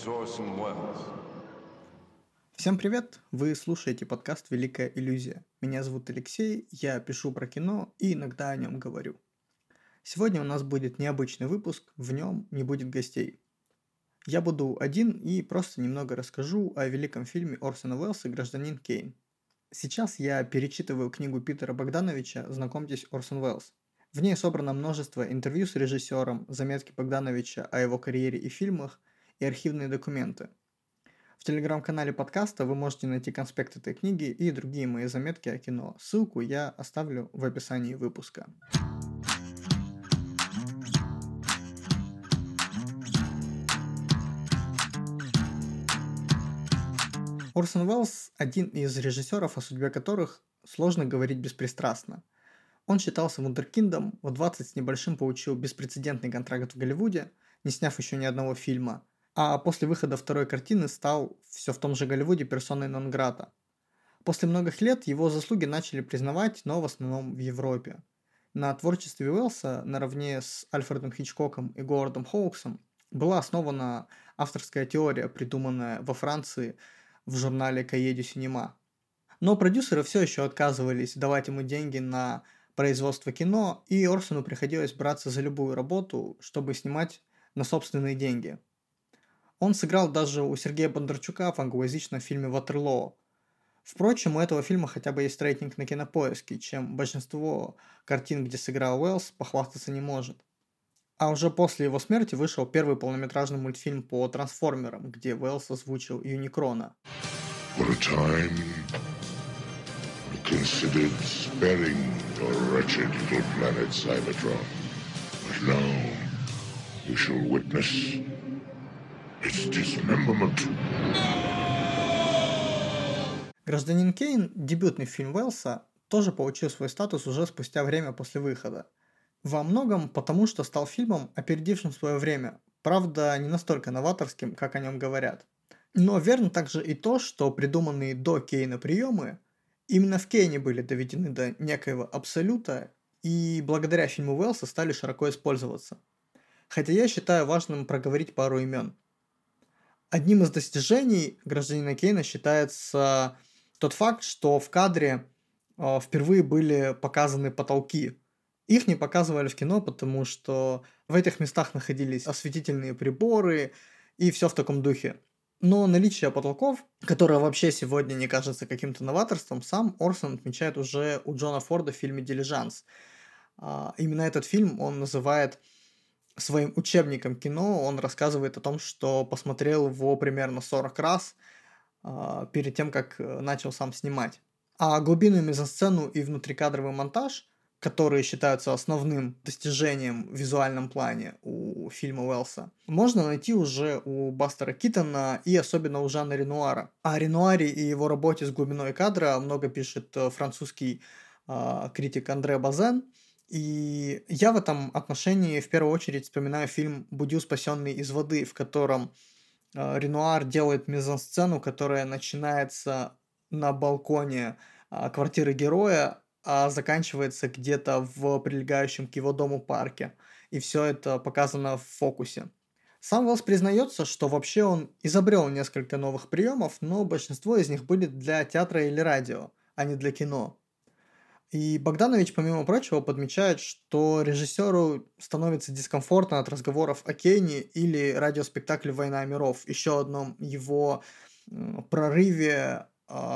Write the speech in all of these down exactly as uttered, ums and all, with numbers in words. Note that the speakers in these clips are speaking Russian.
It's Orson Welles. Всем привет! Вы слушаете подкаст «Великая иллюзия». Меня зовут Алексей, я пишу про кино и иногда о нем говорю. Сегодня у нас будет необычный выпуск, в нем не будет гостей. Я буду один и просто немного расскажу о великом фильме Орсона Уэллса «Гражданин Кейн». Сейчас я перечитываю книгу Питера Богдановича «Знакомьтесь, Орсон Уэллс». В ней собрано множество интервью с режиссером, заметки Богдановича о его карьере и фильмах и архивные документы. В телеграм-канале подкаста вы можете найти конспект этой книги и другие мои заметки о кино. Ссылку я оставлю в описании выпуска. Орсон Уэллс – один из режиссеров, о судьбе которых сложно говорить беспристрастно. Он считался вундеркиндом, в двадцать с небольшим получил беспрецедентный контракт в Голливуде, не сняв еще ни одного фильма, а после выхода второй картины стал все в том же Голливуде персоной нон-грата. После многих лет его заслуги начали признавать, но в основном в Европе. На творчестве Уэллса, наравне с Альфредом Хичкоком и Говардом Хоуксом, была основана авторская теория, придуманная во Франции в журнале «Cahiers du Cinéma». Но продюсеры все еще отказывались давать ему деньги на производство кино, и Орсону приходилось браться за любую работу, чтобы снимать на собственные деньги. Он сыграл даже у Сергея Бондарчука в англоязычном фильме «Ватерлоо». Впрочем, у этого фильма хотя бы есть рейтинг на Кинопоиске, чем большинство картин, где сыграл Уэллс, похвастаться не может. А уже после его смерти вышел первый полнометражный мультфильм по трансформерам, где Уэллс озвучил Юникрона. For a time, I considered sparing your wretched little planet Cybertron. But now, you shall witness its dismemberment. «Гражданин Кейн», дебютный фильм Уэллса, тоже получил свой статус уже спустя время после выхода. Во многом потому, что стал фильмом, опередившим свое время, правда, не настолько новаторским, как о нем говорят. Но верно также и то, что придуманные до Кейна приемы именно в Кейне были доведены до некоего абсолюта и благодаря фильму Уэллса стали широко использоваться. Хотя я считаю важным проговорить пару имен. Одним из достижений «Гражданина Кейна» считается тот факт, что в кадре э, впервые были показаны потолки. Их не показывали в кино, потому что в этих местах находились осветительные приборы и все в таком духе. Но наличие потолков, которое вообще сегодня не кажется каким-то новаторством, сам Орсон отмечает уже у Джона Форда в фильме «Дилижанс». А, именно этот фильм он называет своим учебником кино. Он рассказывает о том, что посмотрел его примерно сорок раз а, перед тем, как начал сам снимать. А глубинную мизансцену и внутрикадровый монтаж, которые считаются основным достижением в визуальном плане у фильма Уэллса, можно найти уже у Бастера Китона и особенно у Жана Ренуара. О Ренуаре и его работе с глубиной кадра много пишет французский э, критик Андре Базен. И я в этом отношении в первую очередь вспоминаю фильм «Будю спасенный из воды», в котором э, Ренуар делает мизансцену, которая начинается на балконе э, квартиры героя, а заканчивается где-то в прилегающем к его дому парке. И все это показано в фокусе. Сам Уэллс признается, что вообще он изобрел несколько новых приемов, но большинство из них были для театра или радио, а не для кино. И Богданович, помимо прочего, подмечает, что режиссеру становится дискомфортно от разговоров о Кейне или радиоспектакле «Война миров», еще одном его прорыве,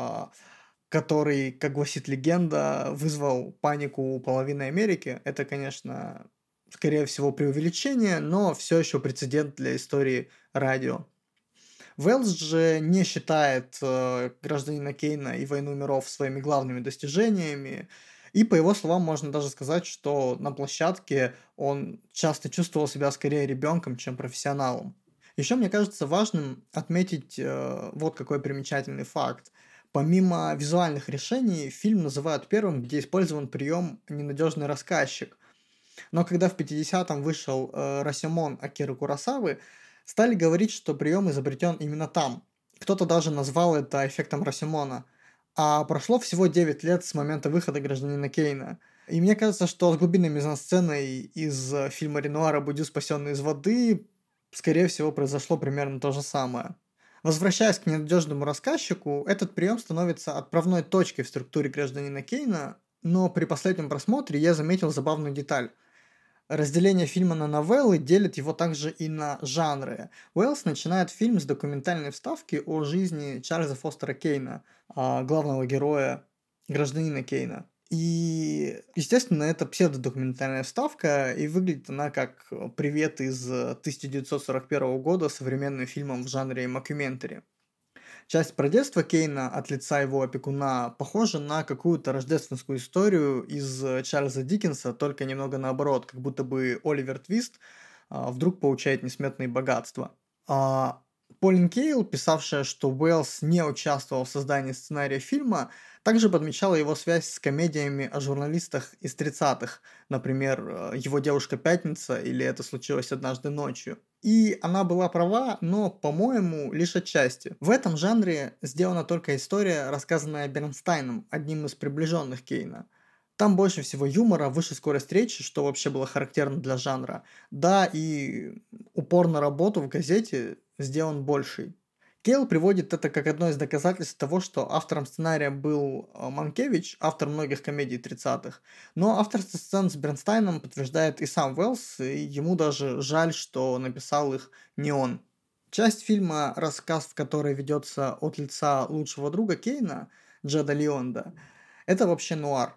который, как гласит легенда, вызвал панику у половины Америки. Это, конечно, скорее всего преувеличение, но все еще прецедент для истории радио. Уэллс же не считает э, «Гражданина Кейна» и «Войну миров» своими главными достижениями. И, по его словам, можно даже сказать, что на площадке он часто чувствовал себя скорее ребенком, чем профессионалом. Еще мне кажется важным отметить э, вот какой примечательный факт. Помимо визуальных решений, фильм называют первым, где использован прием «ненадежный рассказчик». Но когда в пятидесятом вышел э, «Росомон» Акиры Куросавы, стали говорить, что прием изобретен именно там. Кто-то даже назвал это эффектом Росомона. А прошло всего девять лет с момента выхода «Гражданина Кейна». И мне кажется, что с глубинной мизансценой из фильма Ренуара «Будю спасенный из воды» скорее всего, произошло примерно то же самое. Возвращаясь к ненадежному рассказчику, этот прием становится отправной точкой в структуре гражданина Кейна, но при последнем просмотре я заметил забавную деталь. Разделение фильма на новеллы делит его также и на жанры. Уэллс начинает фильм с документальной вставки о жизни Чарльза Фостера Кейна, а, главного героя, гражданина Кейна. И, естественно, это псевдодокументальная вставка, и выглядит она как привет из тысяча девятьсот сорок первого года современным фильмом в жанре мокюментари. Часть про детство Кейна от лица его опекуна похожа на какую-то рождественскую историю из э, Чарльза Диккенса, только немного наоборот, как будто бы Оливер Твист а, вдруг получает несметные богатства. А Полин Кейл, писавшая, что Уэллс не участвовал в создании сценария фильма, также подмечала его связь с комедиями о журналистах из тридцатых, например, э, «Его девушка Пятница» или «Это случилось однажды ночью». И она была права, но, по-моему, лишь отчасти. В этом жанре сделана только история, рассказанная Бернстайном, одним из приближенных Кейна. Там больше всего юмора, выше скорость речи, что вообще было характерно для жанра. Да, и упор на работу в газете сделан больший. Кейл приводит это как одно из доказательств того, что автором сценария был э, Манкевич, автор многих комедий тридцатых, но авторство сцен с Бернстайном подтверждает и сам Уэллс, и ему даже жаль, что написал их не он. Часть фильма, рассказ в которой ведется от лица лучшего друга Кейна, Джеда Лионда, это вообще нуар.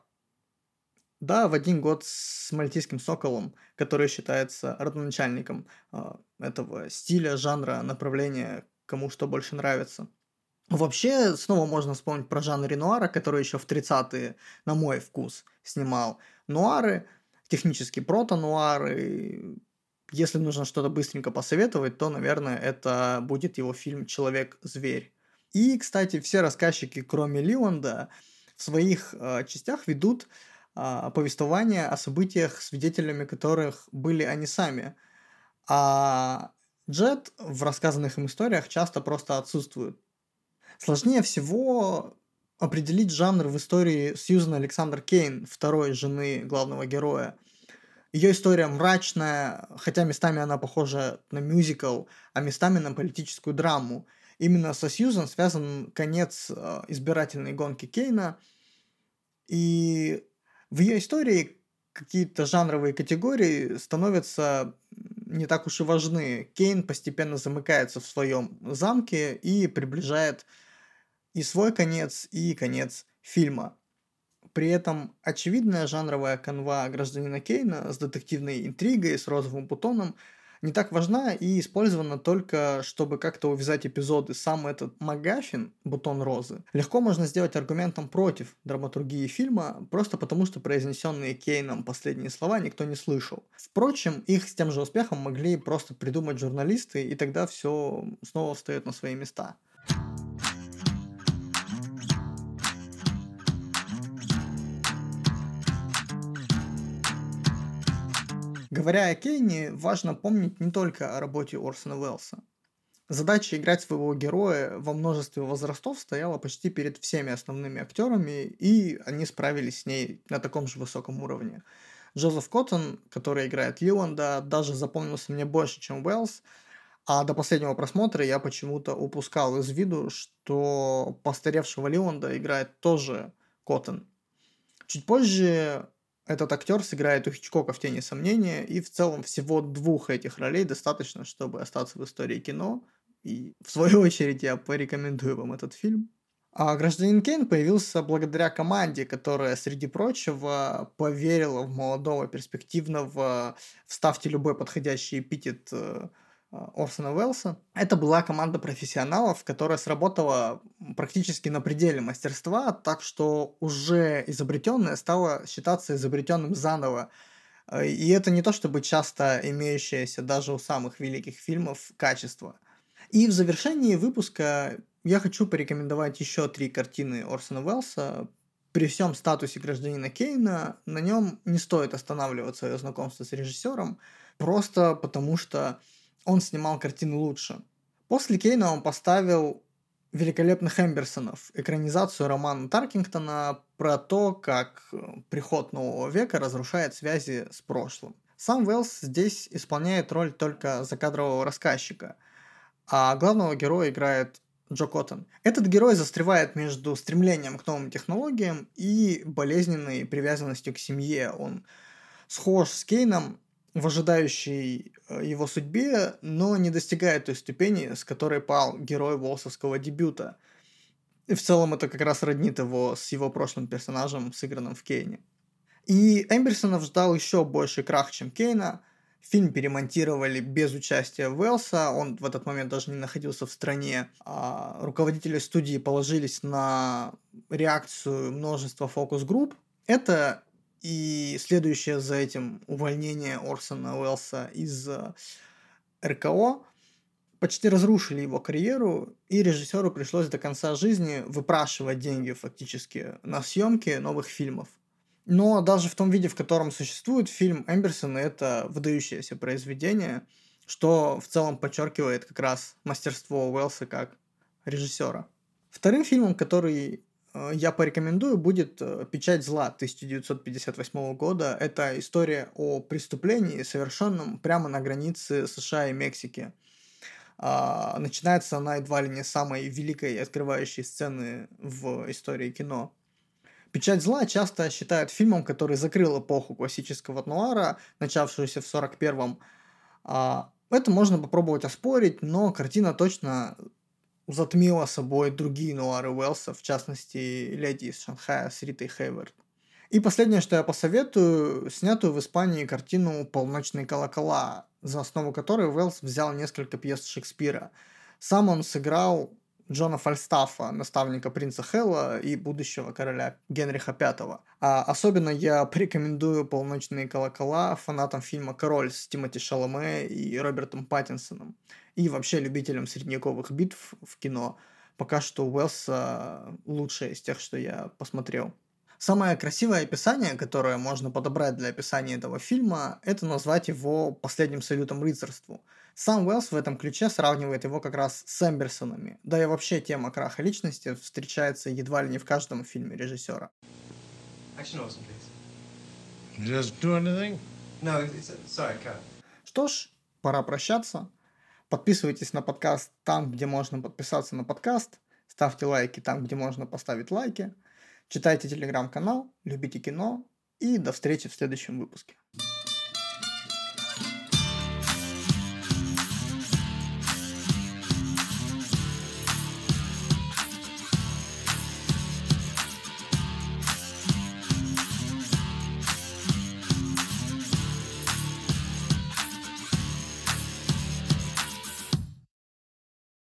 Да, в один год с «Мальтийским соколом», который считается родоначальником а, этого стиля, жанра, направления, кому что больше нравится. Вообще, снова можно вспомнить про Жана Ренуара, который еще в тридцатые, на мой вкус, снимал нуары, технически прото-нуары. Если нужно что-то быстренько посоветовать, то, наверное, это будет его фильм «Человек-зверь». И, кстати, все рассказчики, кроме Лиланда, в своих э, частях ведут а, повествование о событиях, свидетелями которых были они сами. А Джет в рассказанных им историях часто просто отсутствует. Сложнее всего определить жанр в истории Сьюзан Александр Кейн, второй жены главного героя. Ее история мрачная, хотя местами она похожа на мюзикл, а местами на политическую драму. Именно со Сьюзан связан конец э, избирательной гонки Кейна, и в ее истории какие-то жанровые категории становятся не так уж и важны. Кейн постепенно замыкается в своем замке и приближает и свой конец, и конец фильма. При этом очевидная жанровая канва гражданина Кейна с детективной интригой, с розовым бутоном не так важна и использована только, чтобы как-то увязать эпизоды. Сам этот МакГаффин, бутон розы, легко можно сделать аргументом против драматургии фильма, просто потому что произнесенные Кейном последние слова никто не слышал. Впрочем, их с тем же успехом могли просто придумать журналисты, и тогда все снова встает на свои места. Говоря о Кейне, важно помнить не только о работе Орсона Уэллса. Задача играть своего героя во множестве возрастов стояла почти перед всеми основными актерами, и они справились с ней на таком же высоком уровне. Джозеф Коттон, который играет Лиланда, даже запомнился мне больше, чем Уэллс, а до последнего просмотра я почему-то упускал из виду, что постаревшего Лиланда играет тоже Коттон. Чуть позже этот актер сыграет у Хичкока в «Тени сомнения», и в целом всего двух этих ролей достаточно, чтобы остаться в истории кино. И в свою очередь я порекомендую вам этот фильм. А «Гражданин Кейн» появился благодаря команде, которая, среди прочего, поверила в молодого, перспективного, вставьте любой подходящий эпитет э, Орсона Уэллса. Это была команда профессионалов, которая сработала практически на пределе мастерства, так что уже изобретенное стало считаться изобретенным заново. И это не то чтобы часто имеющееся даже у самых великих фильмов качество. И в завершении выпуска я хочу порекомендовать еще три картины Орсона Уэллса. При всем статусе гражданина Кейна на нем не стоит останавливать свое знакомство с режиссером, просто потому что он снимал картины лучше. После Кейна он поставил «Великолепных Эмберсонов», экранизацию романа Таркингтона про то, как приход нового века разрушает связи с прошлым. Сам Уэллс здесь исполняет роль только закадрового рассказчика, а главного героя играет Джо Коттон. Этот герой застревает между стремлением к новым технологиям и болезненной привязанностью к семье. Он схож с Кейном в ожидающей э, его судьбе, но не достигает той ступени, с которой пал герой волсовского дебюта. И в целом это как раз роднит его с его прошлым персонажем, сыгранным в Кейне. И Эмберсонов ждал еще больше крах, чем Кейна. Фильм перемонтировали без участия Уэллса, он в этот момент даже не находился в стране. А руководители студии положились на реакцию множества фокус-групп. Это и следующее за этим увольнение Орсона Уэллса из э, эр ка о почти разрушили его карьеру, и режиссеру пришлось до конца жизни выпрашивать деньги фактически на съемки новых фильмов. Но даже в том виде, в котором существует фильм Эмберсона, это выдающееся произведение, что в целом подчеркивает как раз мастерство Уэллса как режиссера. Вторым фильмом, который э, я порекомендую, будет э, «Печать зла» тысяча девятьсот пятьдесят восьмого года. Это история о преступлении, совершенном прямо на границе США и Мексики. А, начинается она едва ли не с самой великой открывающей сцены в истории кино. «Печать зла» часто считают фильмом, который закрыл эпоху классического нуара, начавшуюся в сорок первом. А, это можно попробовать оспорить, но картина точно затмила собой другие нуары Уэллса, в частности «Леди из Шанхая» с Ритой Хейворд. И последнее, что я посоветую, снятую в Испании картину «Полночные колокола», за основу которой Уэллс взял несколько пьес Шекспира. Сам он сыграл Джона Фальстафа, наставника принца Хэлла и будущего короля Генриха Пятого. А особенно я порекомендую «Полночные колокола» фанатам фильма «Король» с Тимоти Шаломе и Робертом Паттинсоном. И вообще любителям средневековых битв в кино. Пока что Уэллса лучшее из тех, что я посмотрел. Самое красивое описание, которое можно подобрать для описания этого фильма, это назвать его «Последним салютом рыцарству». Сам Уэллс в этом ключе сравнивает его как раз с Эмберсонами, да и вообще тема краха личности встречается едва ли не в каждом фильме режиссера. Just do anything? No, it's, sorry, cut. Что ж, пора прощаться. Подписывайтесь на подкаст там, где можно подписаться на подкаст. Ставьте лайки там, где можно поставить лайки. Читайте телеграм-канал, любите кино и до встречи в следующем выпуске.